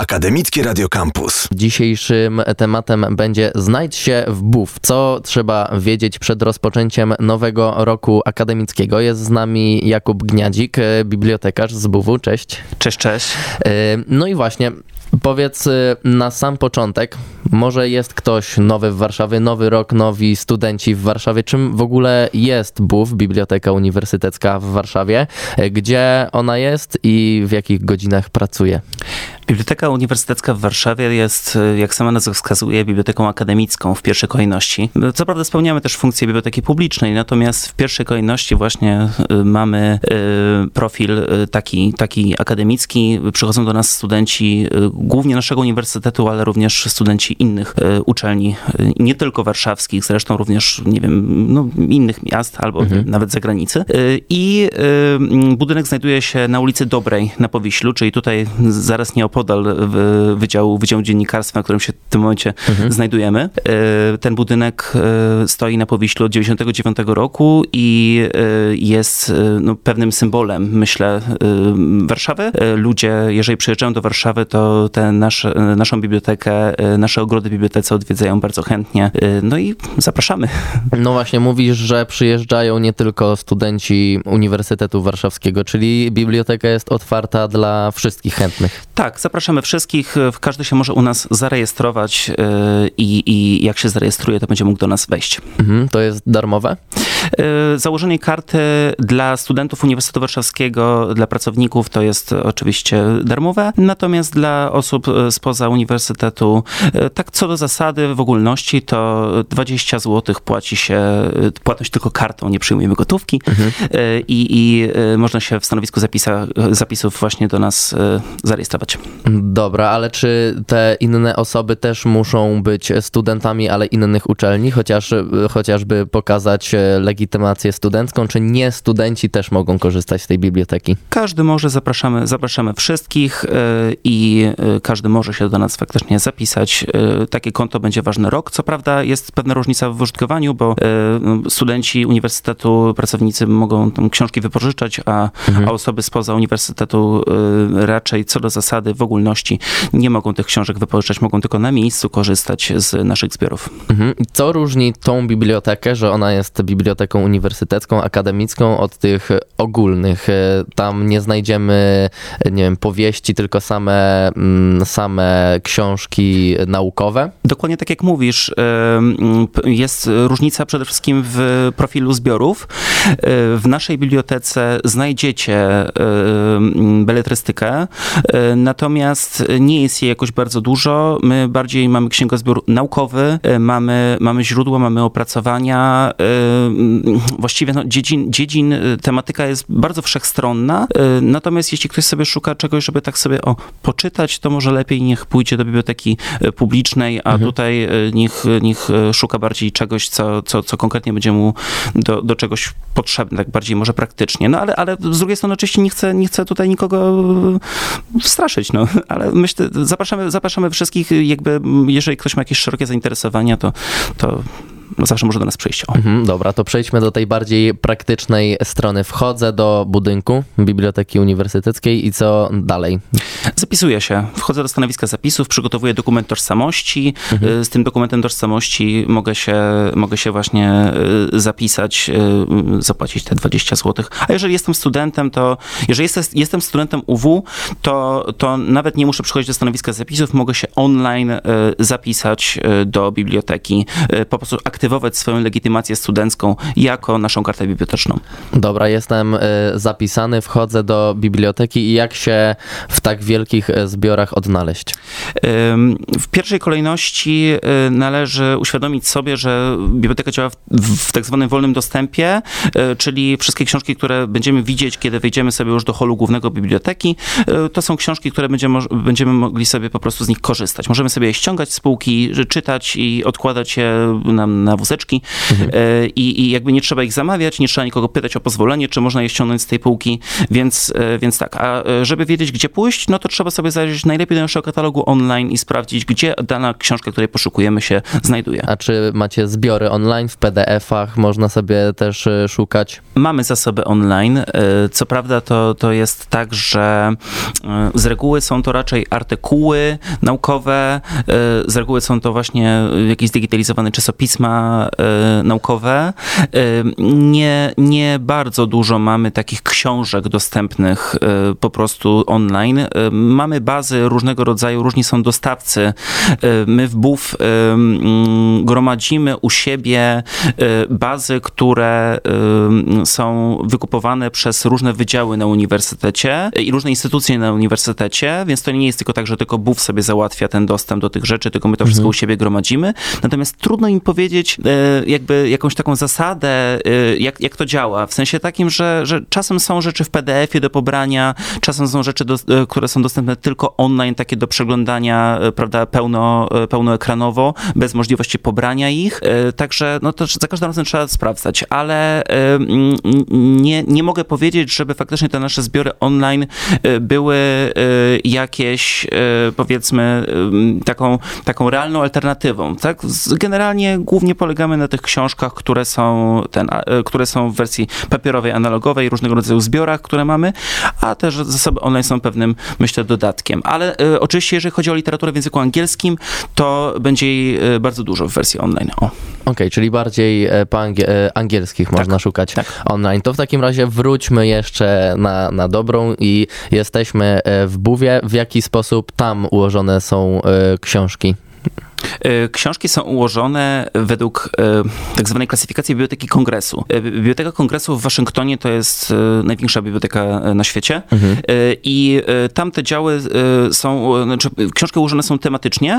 Akademickie Radio Campus. Dzisiejszym tematem będzie Znajdź się w BUW. Co trzeba wiedzieć przed rozpoczęciem nowego roku akademickiego? Jest z nami Jakub Gniadzik, bibliotekarz z BUW. Cześć. Cześć. No i właśnie, powiedz na sam początek, może jest ktoś nowy w Warszawie, nowy rok, nowi studenci w Warszawie. Czym w ogóle jest BUW, Biblioteka Uniwersytecka w Warszawie? Gdzie ona jest i w jakich godzinach pracuje? Biblioteka Uniwersytecka w Warszawie jest, jak sama nazwa wskazuje, biblioteką akademicką w pierwszej kolejności. Co prawda spełniamy też funkcję biblioteki publicznej, natomiast w pierwszej kolejności właśnie mamy profil taki akademicki. Przychodzą do nas studenci głównie naszego uniwersytetu, ale również studenci innych uczelni, nie tylko warszawskich, zresztą również, nie wiem, innych miast albo nawet zagranicy. I budynek znajduje się na ulicy Dobrej na Powiślu, czyli tutaj zaraz nieopodal Wydział Dziennikarstwa, na którym się w tym momencie znajdujemy. Ten budynek stoi na Powiślu od 1999 roku i jest pewnym symbolem, myślę, Warszawy. Ludzie, jeżeli przyjeżdżają do Warszawy, to naszą bibliotekę, nasze ogrody w bibliotece odwiedzają bardzo chętnie. No i zapraszamy. No właśnie, mówisz, że przyjeżdżają nie tylko studenci Uniwersytetu Warszawskiego, czyli biblioteka jest otwarta dla wszystkich chętnych. Tak, zapraszamy wszystkich. Każdy się może u nas zarejestrować i jak się zarejestruje, to będzie mógł do nas wejść. To jest darmowe? Założenie karty dla studentów Uniwersytetu Warszawskiego, dla pracowników to jest oczywiście darmowe, natomiast dla osób spoza uniwersytetu, tak co do zasady w ogólności, to 20 zł płaci się, płatność tylko kartą, nie przyjmujemy gotówki i można się w stanowisku zapisów właśnie do nas zarejestrować. Dobra, ale czy te inne osoby też muszą być studentami, ale innych uczelni, chociażby pokazać legitymację studencką, czy nie studenci też mogą korzystać z tej biblioteki? Każdy może, zapraszamy wszystkich i każdy może się do nas faktycznie zapisać. Takie konto będzie ważny rok. Co prawda jest pewna różnica w użytkowaniu, bo studenci uniwersytetu, pracownicy mogą tam książki wypożyczać, a osoby spoza uniwersytetu raczej co do zasady w ogólności nie mogą tych książek wypożyczać, mogą tylko na miejscu korzystać z naszych zbiorów. Co różni tą bibliotekę, że ona jest biblioteką uniwersytecką, akademicką od tych ogólnych? Tam nie znajdziemy, nie wiem, powieści, tylko same książki naukowe? Dokładnie tak jak mówisz. Jest różnica przede wszystkim w profilu zbiorów. W naszej bibliotece znajdziecie beletrystykę, natomiast nie jest jej jakoś bardzo dużo. My bardziej mamy księgozbiór naukowy, mamy źródła, mamy opracowania. Właściwie dziedzin, tematyka jest bardzo wszechstronna, natomiast jeśli ktoś sobie szuka czegoś, żeby tak sobie poczytać, to może lepiej niech pójdzie do biblioteki publicznej, a tutaj niech szuka bardziej czegoś, co konkretnie będzie mu do czegoś potrzebne, tak bardziej może praktycznie. No ale z drugiej strony oczywiście nie chcę tutaj nikogo straszyć, ale myślę, zapraszamy wszystkich, jakby jeżeli ktoś ma jakieś szerokie zainteresowania, to zawsze może do nas przyjść. Dobra, to przejdźmy do tej bardziej praktycznej strony. Wchodzę do budynku Biblioteki Uniwersyteckiej i co dalej? Zapisuję się. Wchodzę do stanowiska zapisów, przygotowuję dokument tożsamości. Z tym dokumentem tożsamości mogę się właśnie zapisać, zapłacić te 20 zł. A jeżeli jestem studentem, jeżeli jestem studentem UW, to nawet nie muszę przychodzić do stanowiska zapisów, mogę się online zapisać do biblioteki, po prostu aktywować swoją legitymację studencką jako naszą kartę biblioteczną. Dobra, jestem zapisany, wchodzę do biblioteki i jak się w tak wielkich zbiorach odnaleźć? W pierwszej kolejności należy uświadomić sobie, że biblioteka działa w tak zwanym wolnym dostępie, czyli wszystkie książki, które będziemy widzieć, kiedy wejdziemy sobie już do holu głównego biblioteki, to są książki, które będziemy mogli sobie po prostu z nich korzystać. Możemy sobie je ściągać z półki, czytać i odkładać je na wózeczki i jakby nie trzeba ich zamawiać, nie trzeba nikogo pytać o pozwolenie, czy można je ściągnąć z tej półki, więc tak. A żeby wiedzieć, gdzie pójść, no to trzeba sobie zajrzeć najlepiej do naszego katalogu online i sprawdzić, gdzie dana książka, której poszukujemy, się znajduje. A czy macie zbiory online w PDF-ach? Można sobie też szukać? Mamy zasoby online. Co prawda to jest tak, że z reguły są to raczej artykuły naukowe, z reguły są to właśnie jakieś zdigitalizowane czasopisma naukowe. Nie bardzo dużo mamy takich książek dostępnych po prostu online. Mamy bazy różnego rodzaju, różni są dostawcy. My w BUF gromadzimy u siebie bazy, które są wykupowane przez różne wydziały na uniwersytecie i różne instytucje na uniwersytecie, więc to nie jest tylko tak, że tylko BUF sobie załatwia ten dostęp do tych rzeczy, tylko my to wszystko u siebie gromadzimy. Natomiast trudno im powiedzieć jakby jakąś taką zasadę, jak to działa. W sensie takim, że czasem są rzeczy w PDF-ie do pobrania, czasem są rzeczy, które są dostępne tylko online, takie do przeglądania, prawda, pełnoekranowo, bez możliwości pobrania ich. Także no to za każdym razem trzeba sprawdzać, ale nie mogę powiedzieć, żeby faktycznie te nasze zbiory online były jakieś, powiedzmy, taką realną alternatywą. Tak? Generalnie głównie polegamy na tych książkach, które są w wersji papierowej, analogowej, różnego rodzaju zbiorach, które mamy, a też zasoby online są pewnym, myślę, dodatkiem. Ale oczywiście, jeżeli chodzi o literaturę w języku angielskim, to będzie jej bardzo dużo w wersji online. Okej, czyli bardziej angielskich można szukać online. To w takim razie wróćmy jeszcze na dobrą i jesteśmy w BUW-ie. W jaki sposób tam ułożone są książki? Książki są ułożone według tak zwanej klasyfikacji Biblioteki Kongresu. Biblioteka Kongresu w Waszyngtonie to jest największa biblioteka na świecie i tam te działy książki ułożone są tematycznie.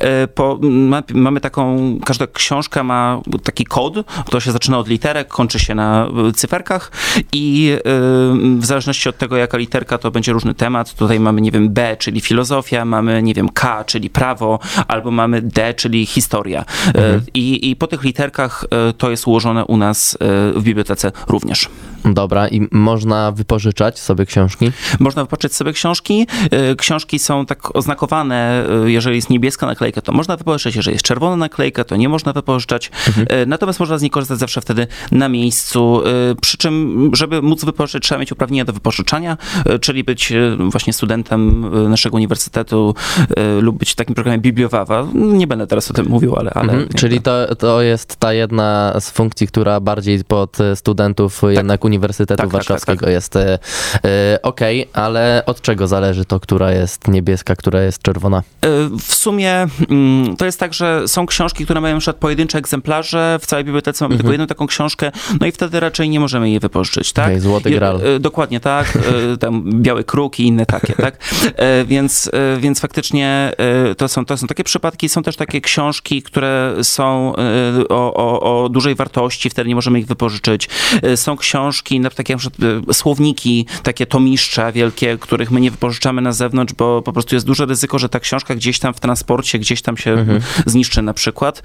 Mamy każda książka ma taki kod, to się zaczyna od literek, kończy się na cyferkach i w zależności od tego, jaka literka, to będzie różny temat. Tutaj mamy, nie wiem, B, czyli filozofia, mamy, nie wiem, K, czyli prawo, albo mamy D, czyli historia. I po tych literkach to jest ułożone u nas w bibliotece również. Dobra, i można wypożyczać sobie książki? Można wypożyczyć sobie książki. Książki są tak oznakowane, jeżeli jest niebieska naklejka, to można wypożyczać, jeżeli jest czerwona naklejka, to nie można wypożyczać. Natomiast można z niej korzystać zawsze wtedy na miejscu. Przy czym, żeby móc wypożyczyć, trzeba mieć uprawnienia do wypożyczania, czyli być właśnie studentem naszego uniwersytetu lub być w takim programie Bibliowawa. Nie będę teraz o tym mówił, ale czyli to jest ta jedna z funkcji, która bardziej pod studentów jednak Uniwersytetu Warszawskiego jest okej, ale od czego zależy to, która jest niebieska, która jest czerwona? W sumie to jest tak, że są książki, które mają na przykład pojedyncze egzemplarze, w całej bibliotece mamy tylko jedną taką książkę, no i wtedy raczej nie możemy jej wypożyczyć, tak? Okay, złoty graal. Dokładnie tak, tam Biały Kruk i inne takie, tak? Więc faktycznie to są takie przypadki. Są też takie książki, które są o dużej wartości, wtedy nie możemy ich wypożyczyć. Są książki, takie na przykład słowniki, takie tomiszcza wielkie, których my nie wypożyczamy na zewnątrz, bo po prostu jest duże ryzyko, że ta książka gdzieś tam w transporcie, gdzieś tam się zniszczy na przykład.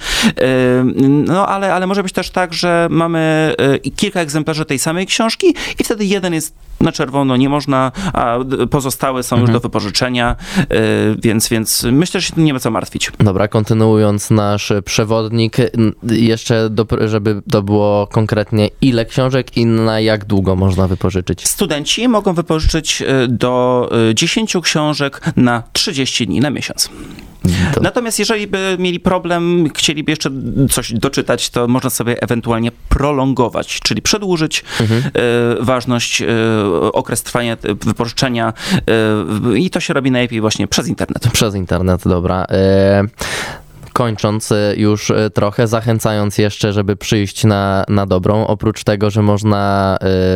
No ale może być też tak, że mamy kilka egzemplarzy tej samej książki i wtedy jeden jest na czerwono, nie można, a pozostałe są już do wypożyczenia, więc myślę, że się nie ma co martwić. Dobra, kontynuując nasz przewodnik, jeszcze żeby to było konkretnie, ile książek i na jak długo można wypożyczyć? Studenci mogą wypożyczyć do 10 książek na 30 dni, na miesiąc. Natomiast jeżeli by mieli problem, chcieliby jeszcze coś doczytać, to można sobie ewentualnie prolongować, czyli przedłużyć ważność, okres trwania wypożyczenia i to się robi najlepiej właśnie przez internet. Przez internet, dobra. Kończąc już trochę, zachęcając jeszcze, żeby przyjść na dobrą, oprócz tego, że można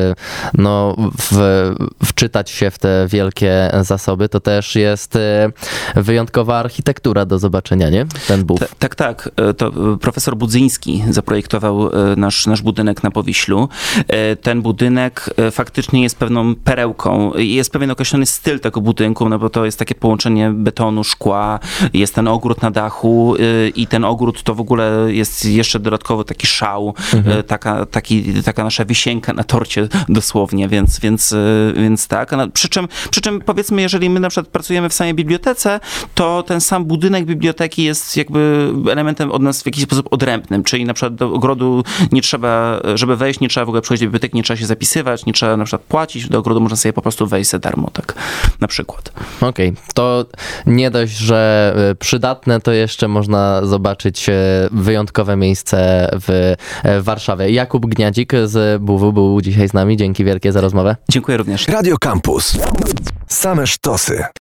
wczytać się w te wielkie zasoby, to też jest wyjątkowa architektura do zobaczenia, nie? Ten BUW. Tak. To profesor Budzyński zaprojektował nasz budynek na Powiślu. Ten budynek faktycznie jest pewną perełką. Jest pewien określony styl tego budynku, no bo to jest takie połączenie betonu, szkła, jest ten ogród na dachu i ten ogród to w ogóle jest jeszcze dodatkowo taki szał, taka nasza wisienka na torcie dosłownie, więc tak. Przy czym powiedzmy, jeżeli my na przykład pracujemy w samej bibliotece, to ten sam budynek biblioteki jest jakby elementem od nas w jakiś sposób odrębnym, czyli na przykład do ogrodu nie trzeba, żeby wejść, nie trzeba w ogóle przejść do biblioteki, nie trzeba się zapisywać, nie trzeba na przykład płacić, do ogrodu można sobie po prostu wejść za darmo, tak, na przykład. Okej, to nie dość, że przydatne, to jeszcze można zobaczyć wyjątkowe miejsce w Warszawie. Jakub Gniadzik z BUW był dzisiaj z nami. Dzięki wielkie za rozmowę. Dziękuję również. Radio Campus. Same sztosy.